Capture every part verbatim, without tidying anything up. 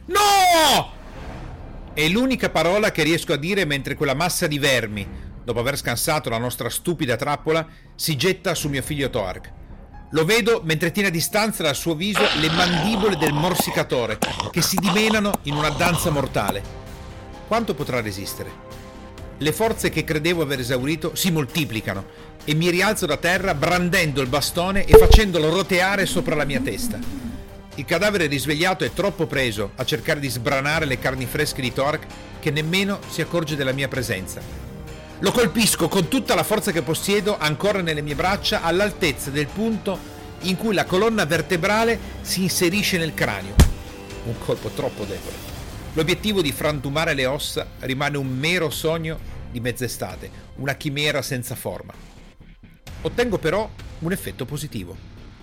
No! È l'unica parola che riesco a dire mentre quella massa di vermi, dopo aver scansato la nostra stupida trappola, si getta su mio figlio Toark. Lo vedo mentre tiene a distanza dal suo viso le mandibole del morsicatore che si dimenano in una danza mortale. Quanto potrà resistere? Le forze che credevo aver esaurito si moltiplicano e mi rialzo da terra brandendo il bastone e facendolo roteare sopra la mia testa. Il cadavere risvegliato è troppo preso a cercare di sbranare le carni fresche di Toark che nemmeno si accorge della mia presenza. Lo colpisco con tutta la forza che possiedo ancora nelle mie braccia all'altezza del punto in cui la colonna vertebrale si inserisce nel cranio. Un colpo troppo debole. L'obiettivo di frantumare le ossa rimane un mero sogno di mezz'estate, una chimera senza forma. Ottengo però un effetto positivo.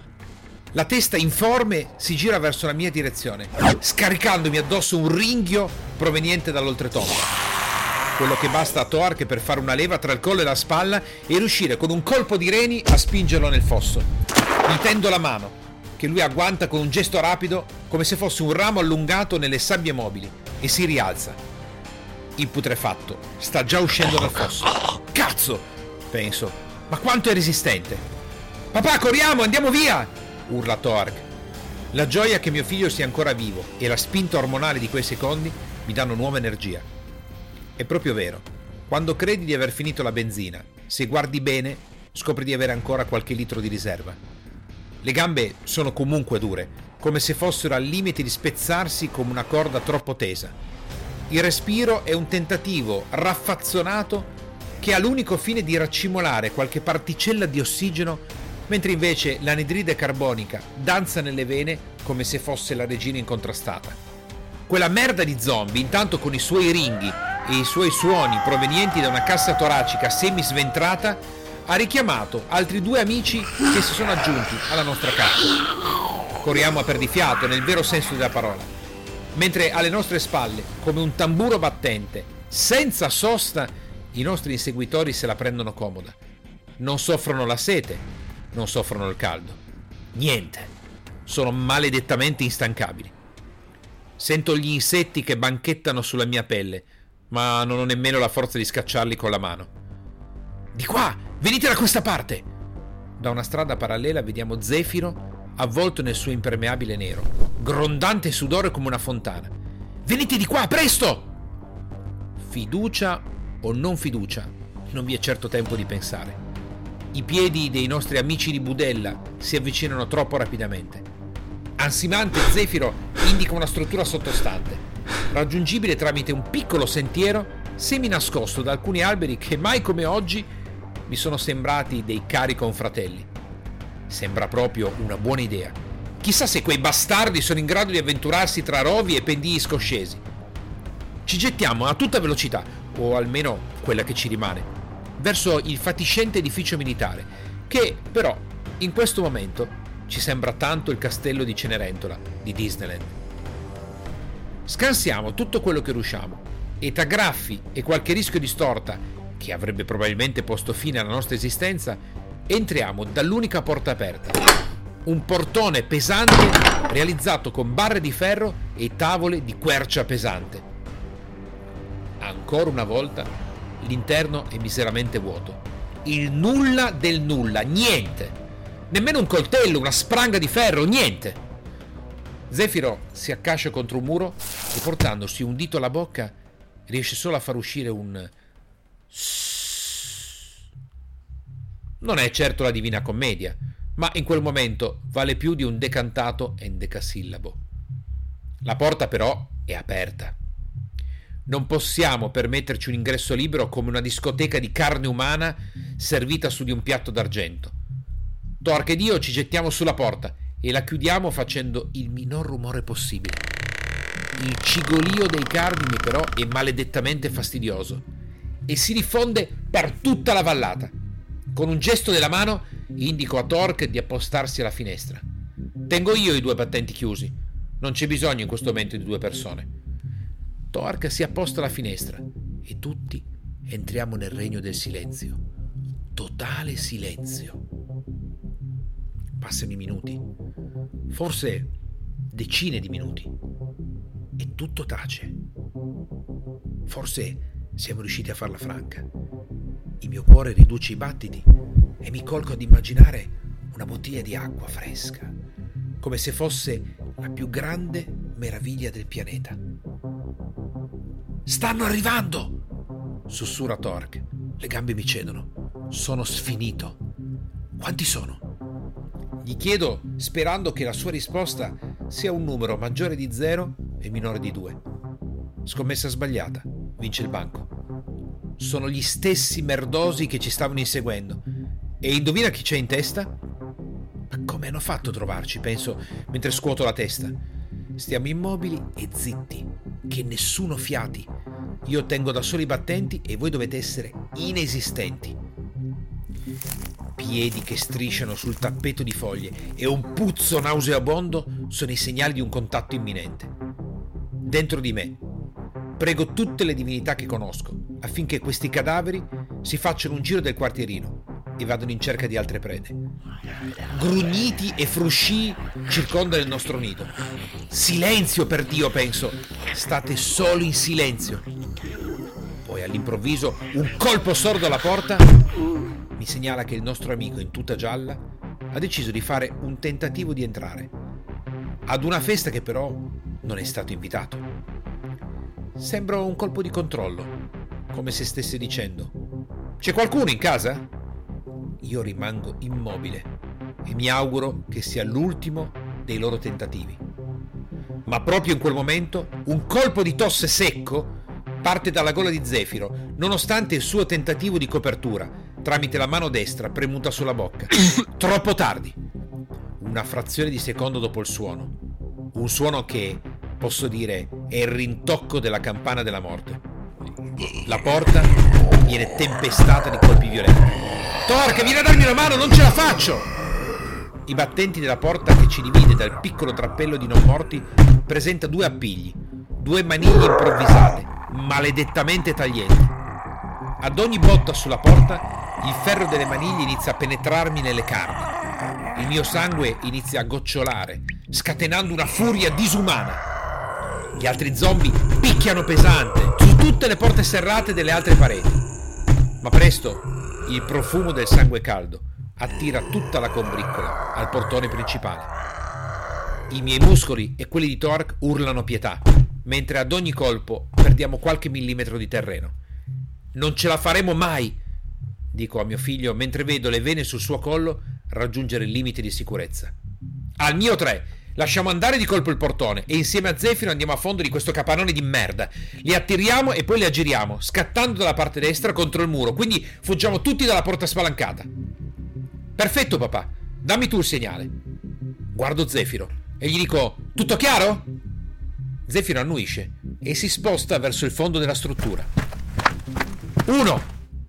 La testa informe si gira verso la mia direzione, scaricandomi addosso un ringhio proveniente dall'oltretomba. Quello che basta a Toark per fare una leva tra il collo e la spalla e riuscire con un colpo di reni a spingerlo nel fosso. Gli tendo la mano, che lui agguanta con un gesto rapido come se fosse un ramo allungato nelle sabbie mobili, e si rialza. Il putrefatto sta già uscendo dal fosso. Cazzo! Penso. Ma quanto è resistente! Papà, corriamo, andiamo via! Urla Toark. La gioia che mio figlio sia ancora vivo e la spinta ormonale di quei secondi mi danno nuova energia. È proprio vero. Quando credi di aver finito la benzina, se guardi bene, scopri di avere ancora qualche litro di riserva. Le gambe sono comunque dure, come se fossero al limite di spezzarsi come una corda troppo tesa. Il respiro è un tentativo raffazzonato che ha l'unico fine di raccimolare qualche particella di ossigeno, mentre invece l'anidride carbonica danza nelle vene come se fosse la regina incontrastata. Quella merda di zombie, intanto con i suoi ringhi e i suoi suoni provenienti da una cassa toracica semi-sventrata, ha richiamato altri due amici che si sono aggiunti alla nostra caccia. Corriamo a perdifiato, nel vero senso della parola, mentre alle nostre spalle, come un tamburo battente, senza sosta, i nostri inseguitori se la prendono comoda. Non soffrono la sete, non soffrono il caldo. Niente. Sono maledettamente instancabili. Sento gli insetti che banchettano sulla mia pelle, ma non ho nemmeno la forza di scacciarli con la mano. Di qua! Venite da questa parte! Da una strada parallela vediamo Zefiro avvolto nel suo impermeabile nero, grondante sudore come una fontana. Venite di qua, presto! Fiducia o non fiducia, non vi è certo tempo di pensare. I piedi dei nostri amici di budella si avvicinano troppo rapidamente. Ansimante, Zefiro indica una struttura sottostante, raggiungibile tramite un piccolo sentiero semi-nascosto da alcuni alberi che mai come oggi mi sono sembrati dei cari confratelli. Sembra proprio una buona idea. Chissà se quei bastardi sono in grado di avventurarsi tra rovi e pendii scoscesi. Ci gettiamo a tutta velocità, o almeno quella che ci rimane, verso il fatiscente edificio militare, che però in questo momento ci sembra tanto il castello di Cenerentola di Disneyland. Scansiamo tutto quello che riusciamo e tra graffi e qualche rischio di storta che avrebbe probabilmente posto fine alla nostra esistenza, entriamo dall'unica porta aperta, un portone pesante realizzato con barre di ferro e tavole di quercia pesante. Ancora una volta l'interno è miseramente vuoto. Il nulla del nulla, niente. Nemmeno un coltello, una spranga di ferro, niente. Zefiro si accascia contro un muro e portandosi un dito alla bocca riesce solo a far uscire un sss. Non è certo la Divina Commedia, ma in quel momento vale più di un decantato endecasillabo. La porta però è aperta. Non possiamo permetterci un ingresso libero come una discoteca di carne umana servita su di un piatto d'argento. Toark ed io ci gettiamo sulla porta e la chiudiamo facendo il minor rumore possibile. Il cigolio dei cardini però è maledettamente fastidioso e si diffonde per tutta la vallata. Con un gesto della mano indico a Toark di appostarsi alla finestra. Tengo io i due battenti chiusi. Non c'è bisogno in questo momento di due persone. Toark si apposta alla finestra e tutti entriamo nel regno del silenzio. Totale silenzio. Passano i minuti, forse decine di minuti. e tutto tace. Forse siamo riusciti a farla franca. Il mio cuore riduce i battiti e mi colgo ad immaginare una bottiglia di acqua fresca, come se fosse la più grande meraviglia del pianeta. «Stanno arrivando!» sussurra Torque. Le gambe mi cedono. Sono sfinito. «Quanti sono?» Gli chiedo, sperando che la sua risposta sia un numero maggiore di zero e minore di due. Scommessa sbagliata. Vince il banco. Sono gli stessi merdosi che ci stavano inseguendo. E indovina chi c'è in testa? Ma come hanno fatto a trovarci, penso, mentre scuoto la testa. Stiamo immobili e zitti, che nessuno fiati. Io tengo da soli i battenti e voi dovete essere inesistenti. Piedi che strisciano sul tappeto di foglie e un puzzo nauseabondo sono i segnali di un contatto imminente. Dentro di me prego tutte le divinità che conosco affinché questi cadaveri si facciano un giro del quartierino e vadano in cerca di altre prede. Grugniti e fruscii circondano il nostro nido. Silenzio, per Dio, penso. State solo in silenzio. Poi all'improvviso un colpo sordo alla porta mi segnala che il nostro amico in tuta gialla ha deciso di fare un tentativo di entrare ad una festa che però non è stato invitato. Sembra un colpo di controllo, come se stesse dicendo: «C'è qualcuno in casa?» Io rimango immobile e mi auguro che sia l'ultimo dei loro tentativi. Ma proprio in quel momento un colpo di tosse secco parte dalla gola di Zefiro, nonostante il suo tentativo di copertura tramite la mano destra premuta sulla bocca. Troppo tardi. Una frazione di secondo dopo il suono. Un suono che, posso dire, è il rintocco della campana della morte. La porta viene tempestata di colpi violenti. «Torque, vieni a darmi una mano, non ce la faccio!» I battenti della porta che ci divide dal piccolo trappello di non morti presenta due appigli, due maniglie improvvisate, maledettamente taglienti. Ad ogni botta sulla porta, il ferro delle maniglie inizia a penetrarmi nelle carni. Il mio sangue inizia a gocciolare, scatenando una furia disumana. Gli altri zombie picchiano pesante su tutte le porte serrate delle altre pareti. Ma presto il profumo del sangue caldo attira tutta la combriccola al portone principale. I miei muscoli e quelli di Torque urlano pietà, mentre ad ogni colpo perdiamo qualche millimetro di terreno. «Non ce la faremo mai!» dico a mio figlio mentre vedo le vene sul suo collo raggiungere il limite di sicurezza. «Al mio tre! Lasciamo andare di colpo il portone e insieme a Zefiro andiamo a fondo di questo capannone di merda. Li attiriamo e poi li aggiriamo, scattando dalla parte destra contro il muro, quindi fuggiamo tutti dalla porta spalancata». «Perfetto, papà. Dammi tu il segnale». Guardo Zefiro e gli dico: «Tutto chiaro?» Zefiro annuisce e si sposta verso il fondo della struttura. Uno,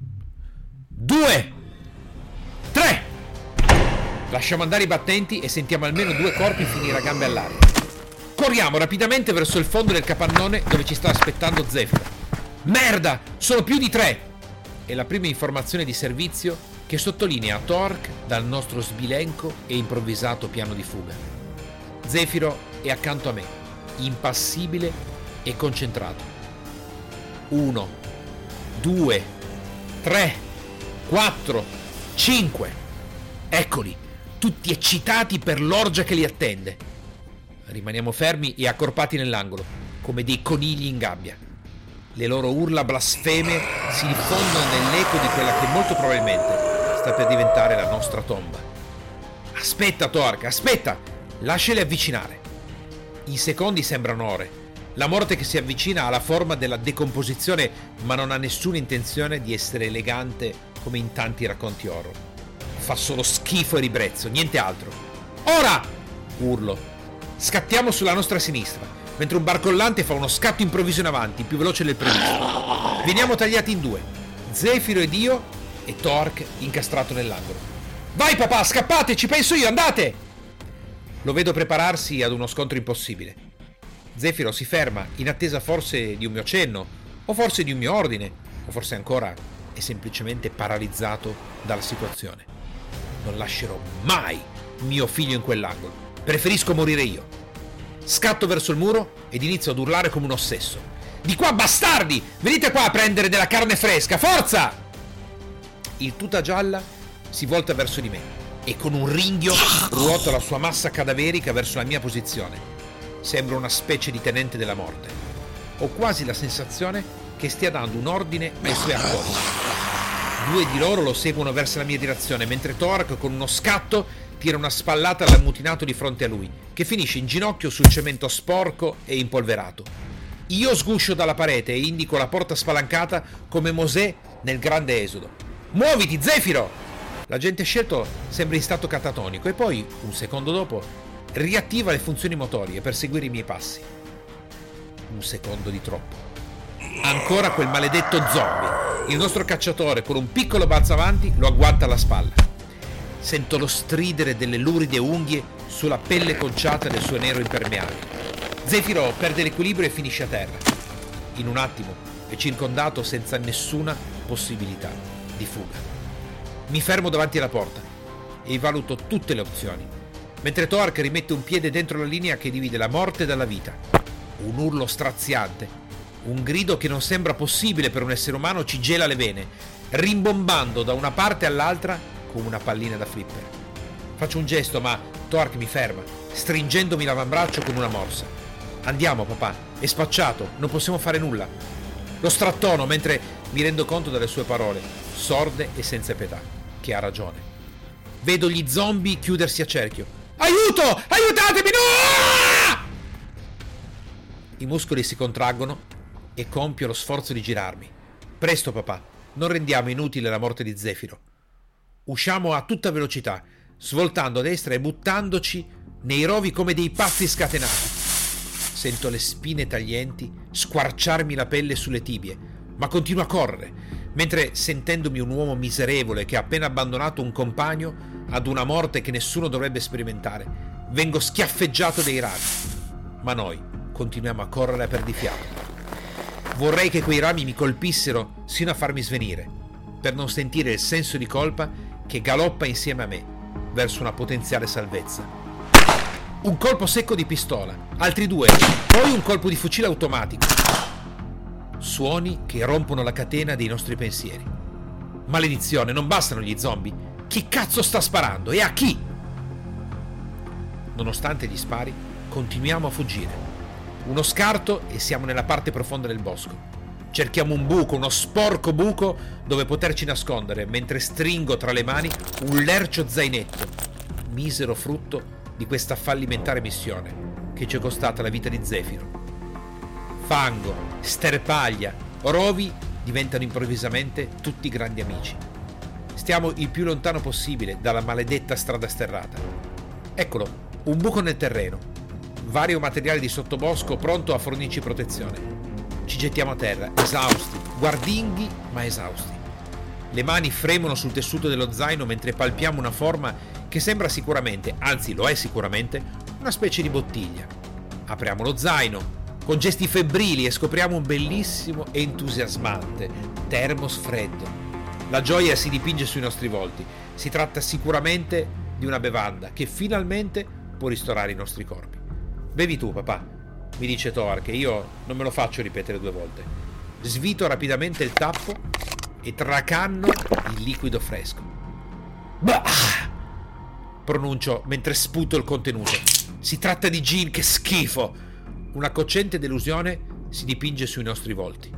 due, tre. Lasciamo andare i battenti e sentiamo almeno due corpi finire a gambe all'aria. Corriamo rapidamente verso il fondo del capannone dove ci sta aspettando Zefiro. «Merda! Sono più di tre!» È la prima informazione di servizio che sottolinea Torque dal nostro sbilenco e improvvisato piano di fuga. Zefiro è accanto a me, impassibile e concentrato. Uno, due, tre, quattro, cinque. Eccoli, tutti eccitati per l'orgia che li attende. Rimaniamo fermi e accorpati nell'angolo, come dei conigli in gabbia. Le loro urla blasfeme si diffondono nell'eco di quella che molto probabilmente sta per diventare la nostra tomba. «Aspetta, Torque, aspetta! Lasciali avvicinare!» I secondi sembrano ore. La morte che si avvicina ha la forma della decomposizione, ma non ha nessuna intenzione di essere elegante come in tanti racconti horror. Fa solo schifo e ribrezzo, niente altro. «Ora!» urlo. Scattiamo sulla nostra sinistra, mentre un barcollante fa uno scatto improvviso in avanti, più veloce del previsto. Veniamo tagliati in due, Zefiro ed io, e Torque incastrato nell'angolo. «Vai papà, scappate, ci penso io, andate!» Lo vedo prepararsi ad uno scontro impossibile. Zefiro si ferma, in attesa forse di un mio cenno, o forse di un mio ordine, o forse ancora è semplicemente paralizzato dalla situazione. Non lascerò mai mio figlio in quell'angolo. Preferisco morire io. Scatto verso il muro ed inizio ad urlare come un ossesso. Di qua, bastardi! Venite qua a prendere della carne fresca, forza! Il tuta gialla si volta verso di me e con un ringhio ruota la sua massa cadaverica verso la mia posizione. Sembra una specie di tenente della morte. Ho quasi la sensazione che stia dando un ordine ai suoi accordi. Due di loro lo seguono verso la mia direzione, mentre Torque con uno scatto tira una spallata all'ammutinato di fronte a lui, che finisce in ginocchio sul cemento sporco e impolverato. Io sguscio dalla parete e indico la porta spalancata come Mosè nel grande esodo. Muoviti, Zefiro! L'agente scelto sembra in stato catatonico e poi, un secondo dopo, riattiva le funzioni motorie per seguire i miei passi. Un secondo di troppo. Ancora quel maledetto zombie. Il nostro cacciatore, con un piccolo balzo avanti, lo agguanta alla spalla. Sento lo stridere delle luride unghie sulla pelle conciata del suo nero impermeabile. Zefiro perde l'equilibrio e finisce a terra. In un attimo è circondato senza nessuna possibilità di fuga. Mi fermo davanti alla porta e valuto tutte le opzioni, mentre Torque rimette un piede dentro la linea che divide la morte dalla vita. Un urlo straziante, un grido che non sembra possibile per un essere umano ci gela le vene, rimbombando da una parte all'altra come una pallina da flipper. Faccio un gesto, ma Torque mi ferma, stringendomi l'avambraccio con una morsa. Andiamo, papà, è spacciato, non possiamo fare nulla. Lo strattono mentre mi rendo conto delle sue parole, sorde e senza pietà, che ha ragione. Vedo gli zombie chiudersi a cerchio. Aiuto! Aiutatemi! No! I muscoli si contraggono e compio lo sforzo di girarmi. Presto, papà, non rendiamo inutile la morte di Zefiro. Usciamo a tutta velocità, svoltando a destra e buttandoci nei rovi come dei pazzi scatenati. Sento le spine taglienti squarciarmi la pelle sulle tibie, ma continuo a correre, mentre sentendomi un uomo miserevole che ha appena abbandonato un compagno ad una morte che nessuno dovrebbe sperimentare, vengo schiaffeggiato dai rami. Ma noi continuiamo a correre a perdifiato. Vorrei che quei rami mi colpissero sino a farmi svenire, per non sentire il senso di colpa che galoppa insieme a me verso una potenziale salvezza. Un colpo secco di pistola, altri due, poi un colpo di fucile automatico. Suoni che rompono la catena dei nostri pensieri. Maledizione, non bastano gli zombie? Chi cazzo sta sparando? E a chi? Nonostante gli spari, continuiamo a fuggire. Uno scarto e siamo nella parte profonda del bosco. Cerchiamo un buco, uno sporco buco dove poterci nascondere, mentre stringo tra le mani un lercio zainetto, misero frutto di questa fallimentare missione che ci è costata la vita di Zefiro. Fango, sterpaglia, rovi diventano improvvisamente tutti grandi amici. Stiamo il più lontano possibile dalla maledetta strada sterrata. Eccolo, un buco nel terreno, vario materiale di sottobosco pronto a fornirci protezione. Ci gettiamo a terra, esausti, guardinghi ma esausti. Le mani fremono sul tessuto dello zaino mentre palpiamo una forma che sembra sicuramente, anzi lo è sicuramente, una specie di bottiglia. Apriamo lo zaino con gesti febbrili e scopriamo un bellissimo e entusiasmante termos freddo. La gioia si dipinge sui nostri volti. Si tratta sicuramente di una bevanda che finalmente può ristorare i nostri corpi. Bevi tu, papà, mi dice Torque, io non me lo faccio ripetere due volte. Svito rapidamente il tappo e tracanno il liquido fresco. Bah! Pronuncio mentre sputo il contenuto. Si tratta di gin, che schifo! Una cocente delusione si dipinge sui nostri volti.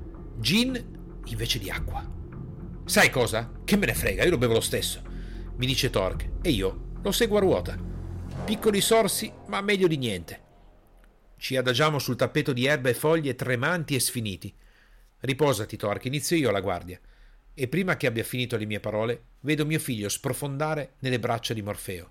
Gin invece di acqua. Sai cosa? Che me ne frega, io lo bevo lo stesso, mi dice Torque, e io lo seguo a ruota. Piccoli sorsi, ma meglio di niente. Ci adagiamo sul tappeto di erba e foglie tremanti e sfiniti. Riposati, Torque, inizio io la guardia. E prima che abbia finito le mie parole, vedo mio figlio sprofondare nelle braccia di Morfeo.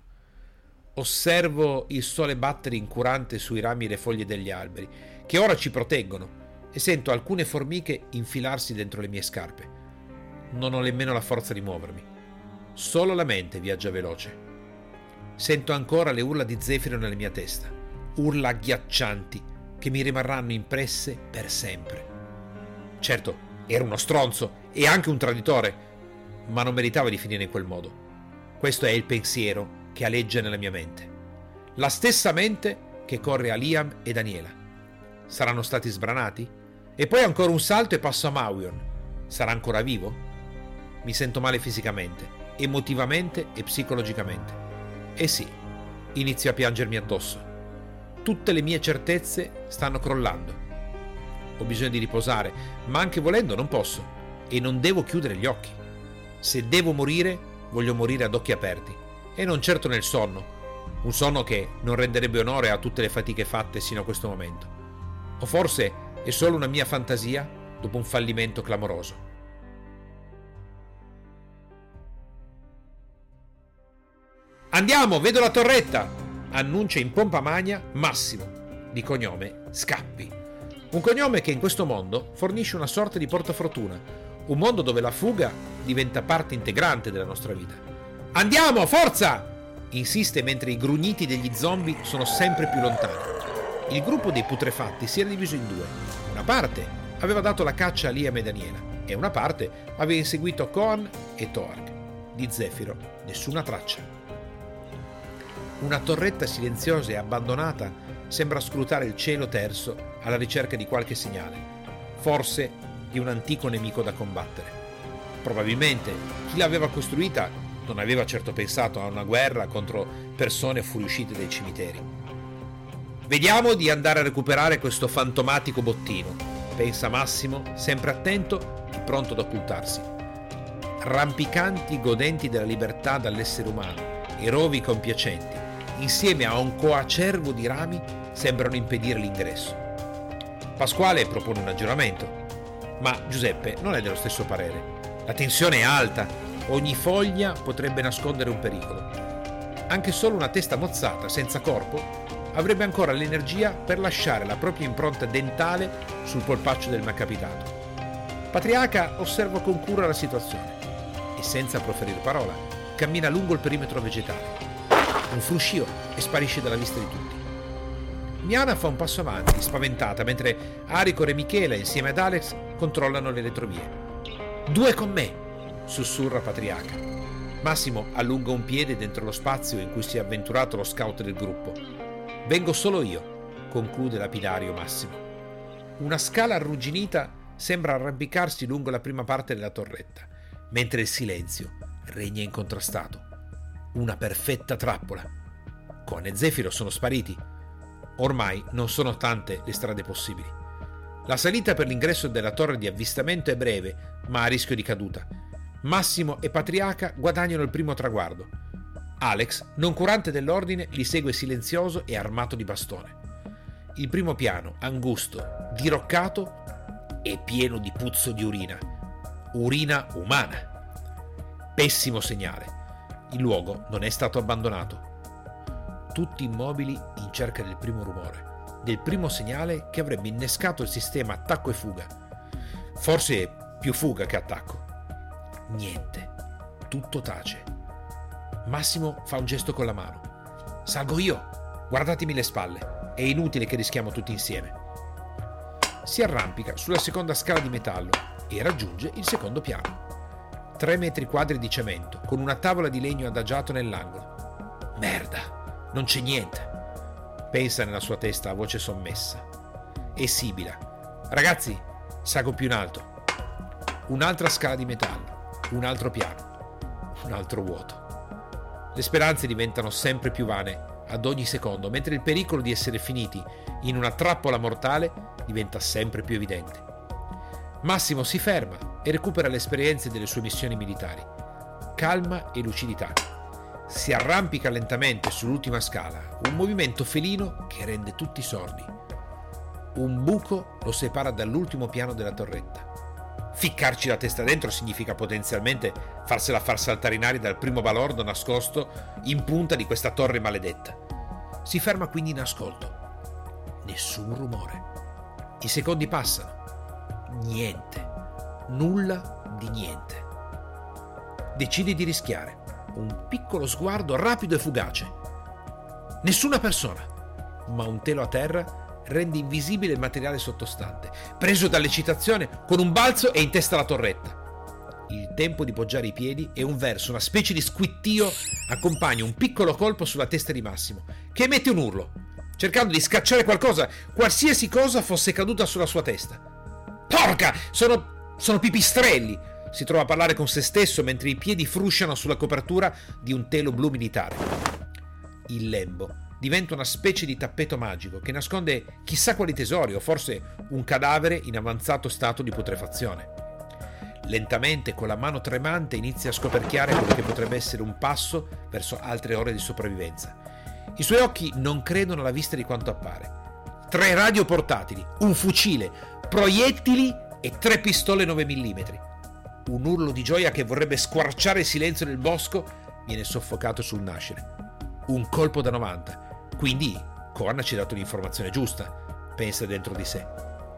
Osservo il sole battere incurante sui rami e le foglie degli alberi, che ora ci proteggono, e sento alcune formiche infilarsi dentro le mie scarpe. Non ho nemmeno la forza di muovermi. Solo la mente viaggia veloce. Sento ancora le urla di Zefiro nella mia testa. Urla agghiaccianti che mi rimarranno impresse per sempre. Certo, era uno stronzo e anche un traditore, ma non meritava di finire in quel modo. Questo è il pensiero che aleggia nella mia mente. La stessa mente che corre a Liam e Daniela. Saranno stati sbranati? E poi ancora un salto e passo a Mawion. Sarà ancora vivo? Mi sento male fisicamente, emotivamente e psicologicamente. E sì, inizio a piangermi addosso. Tutte le mie certezze stanno crollando. Ho bisogno di riposare, ma anche volendo non posso e non devo chiudere gli occhi. Se devo morire, voglio morire ad occhi aperti e non certo nel sonno, un sonno che non renderebbe onore a tutte le fatiche fatte sino a questo momento. O forse è solo una mia fantasia dopo un fallimento clamoroso. Andiamo, vedo la torretta! Annuncia in pompa magna Massimo, di cognome Scappi. Un cognome che in questo mondo fornisce una sorta di portafortuna, un mondo dove la fuga diventa parte integrante della nostra vita. Andiamo, forza! Insiste mentre i grugniti degli zombie sono sempre più lontani. Il gruppo dei putrefatti si era diviso in due. Una parte aveva dato la caccia a Liam e Daniela e una parte aveva inseguito Coan e Toark. Di Zefiro nessuna traccia. Una torretta silenziosa e abbandonata sembra scrutare il cielo terso alla ricerca di qualche segnale, forse di un antico nemico da combattere. Probabilmente chi l'aveva costruita non aveva certo pensato a una guerra contro persone fuoriuscite dai cimiteri. Vediamo di andare a recuperare questo fantomatico bottino, pensa Massimo, sempre attento e pronto ad occultarsi. Rampicanti godenti della libertà dall'essere umano e rovi compiacenti, insieme a un coacervo di rami, sembrano impedire l'ingresso. Pasquale propone un aggiornamento, ma Giuseppe non è dello stesso parere. La tensione è alta, ogni foglia potrebbe nascondere un pericolo. Anche solo una testa mozzata, senza corpo, avrebbe ancora l'energia per lasciare la propria impronta dentale sul polpaccio del malcapitato. Patriarca osserva con cura la situazione e, senza proferire parola, cammina lungo il perimetro vegetale. Un fruscio e sparisce dalla vista di tutti. Miana fa un passo avanti, spaventata, mentre Aricor e Michela, insieme ad Alex, controllano le retrovie. «Due con me!» sussurra Patriarca. Massimo allunga un piede dentro lo spazio in cui si è avventurato lo scout del gruppo. «Vengo solo io», conclude lapidario Massimo. Una scala arrugginita sembra arrampicarsi lungo la prima parte della torretta, mentre il silenzio regna incontrastato. Una perfetta trappola. Coan e Zefiro sono spariti. Ormai non sono tante le strade possibili. La salita per l'ingresso della torre di avvistamento è breve, ma a rischio di caduta. Massimo e Patriarca guadagnano il primo traguardo. Alex, noncurante dell'ordine, li segue silenzioso e armato di bastone. Il primo piano, angusto, diroccato e pieno di puzzo di urina. Urina umana. Pessimo segnale. Il luogo non è stato abbandonato. Tutti immobili in cerca del primo rumore, del primo segnale che avrebbe innescato il sistema attacco e fuga. Forse più fuga che attacco. Niente. Tutto tace. Massimo fa un gesto con la mano. «Salgo io! Guardatemi le spalle. È inutile che rischiamo tutti insieme». Si arrampica sulla seconda scala di metallo e raggiunge il secondo piano. Tre metri quadri di cemento, con una tavola di legno adagiato nell'angolo. «Merda! Non c'è niente!» pensa nella sua testa a voce sommessa. E sibila. «Ragazzi, salgo più in alto». Un'altra scala di metallo, un altro piano, un altro vuoto. Le speranze diventano sempre più vane ad ogni secondo, mentre il pericolo di essere finiti in una trappola mortale diventa sempre più evidente. Massimo si ferma e recupera le esperienze delle sue missioni militari. Calma e lucidità. Si arrampica lentamente sull'ultima scala, un movimento felino che rende tutti sordi. Un buco lo separa dall'ultimo piano della torretta. Ficcarci la testa dentro significa potenzialmente farsela far saltare in aria dal primo balordo nascosto in punta di questa torre maledetta. Si ferma quindi in ascolto. Nessun rumore. I secondi passano. Niente. Nulla di niente. Decide di rischiare. Un piccolo sguardo rapido e fugace. Nessuna persona, ma un telo a terra rende invisibile il materiale sottostante. Preso dall'eccitazione, con un balzo è in testa alla torretta. Il tempo di poggiare i piedi e un verso, una specie di squittio, accompagna un piccolo colpo sulla testa di Massimo, che emette un urlo. cercando di scacciare qualcosa, qualsiasi cosa fosse caduta sulla sua testa. Porca! Sono... sono pipistrelli! Si trova a parlare con se stesso mentre i piedi frusciano sulla copertura di un telo blu militare. Il lembo diventa una specie di tappeto magico che nasconde chissà quali tesori o forse un cadavere in avanzato stato di putrefazione. Lentamente, con la mano tremante, inizia a scoperchiare quello che potrebbe essere un passo verso altre ore di sopravvivenza. I suoi occhi non credono alla vista di quanto appare. Tre radio portatili, un fucile, proiettili e tre pistole nove millimetri. Un urlo di gioia che vorrebbe squarciare il silenzio del bosco viene soffocato sul nascere. Un colpo da novanta. Quindi Coan ci ha dato l'informazione giusta, pensa dentro di sé.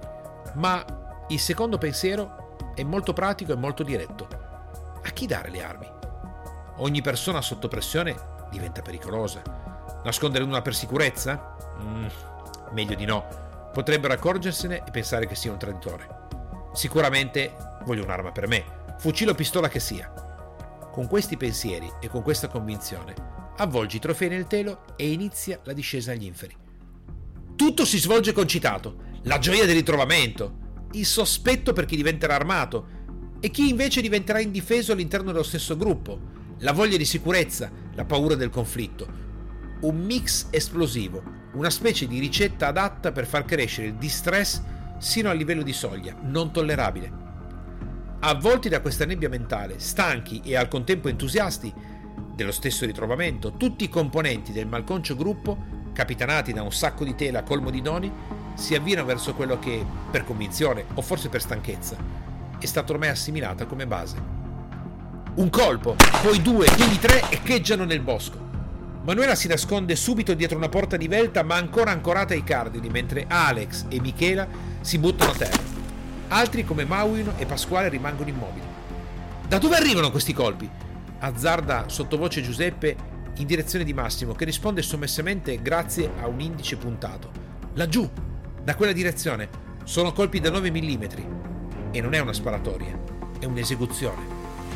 Ma il secondo pensiero è molto pratico e molto diretto. A chi dare le armi? Ogni persona sotto pressione diventa pericolosa. Nascondere una per sicurezza? Mm, meglio di no. Potrebbero accorgersene e pensare che sia un traditore. Sicuramente voglio un'arma per me, fucile o pistola che sia. Con questi pensieri e con questa convinzione avvolgi i trofei nel telo e inizia la discesa agli inferi. Tutto si svolge concitato. La gioia del ritrovamento, il sospetto per chi diventerà armato e chi invece diventerà indifeso all'interno dello stesso gruppo, la voglia di sicurezza, la paura del conflitto. Un mix esplosivo, una specie di ricetta adatta per far crescere il distress sino al livello di soglia, non tollerabile. Avvolti da questa nebbia mentale, stanchi e al contempo entusiasti dello stesso ritrovamento, tutti i componenti del malconcio gruppo, capitanati da un sacco di tela colmo di doni, si avviano verso quello che, per convinzione o forse per stanchezza, è stato ormai assimilata come base. Un colpo, poi due, quindi tre echeggiano nel bosco. Manuela si nasconde subito dietro una porta di velta ma ancora ancorata ai cardini, mentre Alex e Michela si buttano a terra. Altri come Mauino e Pasquale rimangono immobili. Da dove arrivano questi colpi? Azzarda sottovoce Giuseppe in direzione di Massimo, che risponde sommessamente grazie a un indice puntato. Laggiù, da quella direzione, sono colpi da nove millimetri. E non è una sparatoria, è un'esecuzione.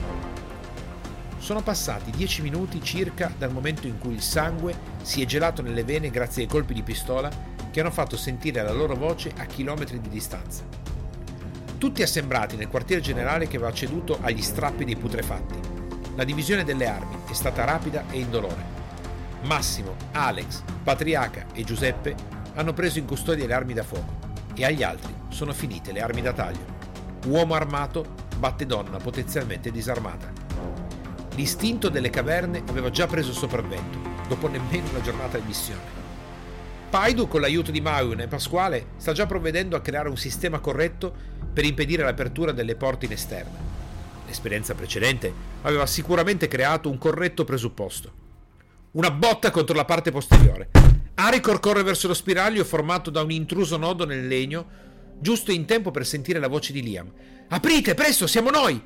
Sono passati dieci minuti circa dal momento in cui il sangue si è gelato nelle vene grazie ai colpi di pistola che hanno fatto sentire la loro voce a chilometri di distanza. Tutti assembrati nel quartier generale che aveva ceduto agli strappi dei putrefatti. La divisione delle armi è stata rapida e indolore. Massimo, Alex, Patriaca e Giuseppe hanno preso in custodia le armi da fuoco e agli altri sono finite le armi da taglio. Uomo armato batte donna potenzialmente disarmata. L'istinto delle caverne aveva già preso sopravvento, dopo nemmeno una giornata di missione. Paidu, con l'aiuto di Maun e Pasquale, sta già provvedendo a creare un sistema corretto per impedire l'apertura delle porte in esterna. L'esperienza precedente aveva sicuramente creato un corretto presupposto. Una botta contro la parte posteriore. Aricor corre verso lo spiraglio formato da un intruso nodo nel legno, giusto in tempo per sentire la voce di Liam. «Aprite, presto, siamo noi!»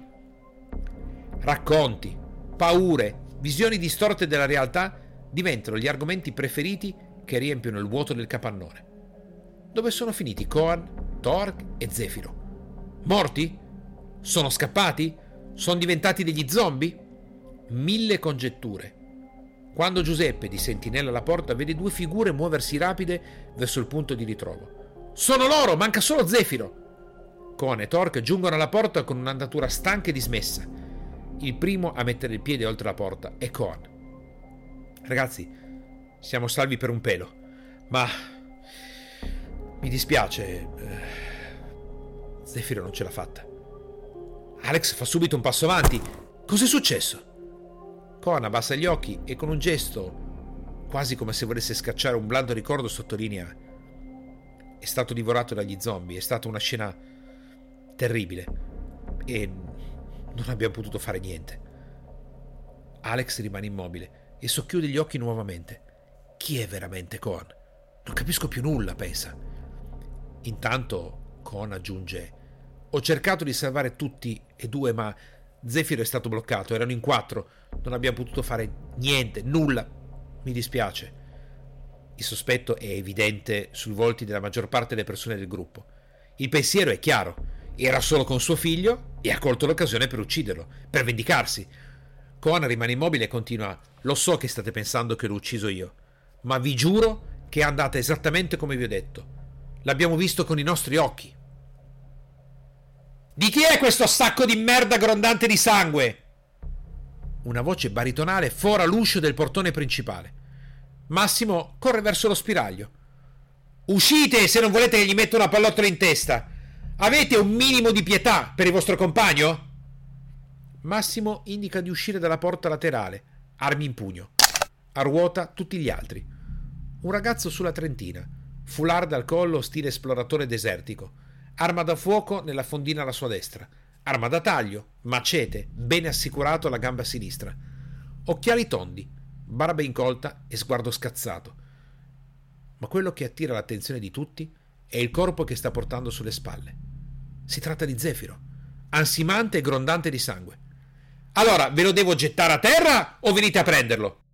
Racconti, paure, visioni distorte della realtà diventano gli argomenti preferiti che riempiono il vuoto del capannone. Dove sono finiti Coan, Torg e Zefiro? Morti? Sono scappati? Sono diventati degli zombie? Mille congetture. Quando Giuseppe, di sentinella alla porta, vede due figure muoversi rapide verso il punto di ritrovo. Sono loro, manca solo Zefiro! Coan e Torg giungono alla porta con un'andatura stanca e dismessa. Il primo a mettere il piede oltre la porta è Coan. Ragazzi, siamo salvi per un pelo, ma mi dispiace. Eh, Zefiro non ce l'ha fatta. Alex fa subito un passo avanti. Cos'è successo? Coan abbassa gli occhi e con un gesto, quasi come se volesse scacciare un blando ricordo, sottolinea: è stato divorato dagli zombie, è stata una scena terribile e non abbiamo potuto fare niente. Alex rimane immobile e socchiude gli occhi nuovamente. Chi è veramente Coan? Non capisco più nulla, pensa. Intanto Coan aggiunge: ho cercato di salvare tutti e due, ma Zefiro è stato bloccato, erano in quattro, non abbiamo potuto fare niente, nulla. Mi dispiace. Il sospetto è evidente sui volti della maggior parte delle persone del gruppo. Il pensiero è chiaro: era solo con suo figlio e ha colto l'occasione per ucciderlo, per vendicarsi. Coan rimane immobile e continua: lo so che state pensando che l'ho ucciso io, ma vi giuro che è andata esattamente come vi ho detto. L'abbiamo visto con i nostri occhi. Di chi è questo sacco di merda grondante di sangue? Una voce baritonale fora l'uscio del portone principale. Massimo corre verso lo spiraglio. Uscite se non volete che gli metta una pallottola in testa. Avete un minimo di pietà per il vostro compagno? Massimo indica di uscire dalla porta laterale, armi in pugno. A ruota tutti gli altri. Un ragazzo sulla trentina, foulard al collo stile esploratore desertico, arma da fuoco nella fondina alla sua destra, arma da taglio, macete, bene assicurato alla gamba sinistra, occhiali tondi, barba incolta e sguardo scazzato. Ma quello che attira l'attenzione di tutti è il corpo che sta portando sulle spalle. Si tratta di Zefiro, ansimante e grondante di sangue. Allora, ve lo devo gettare a terra o venite a prenderlo?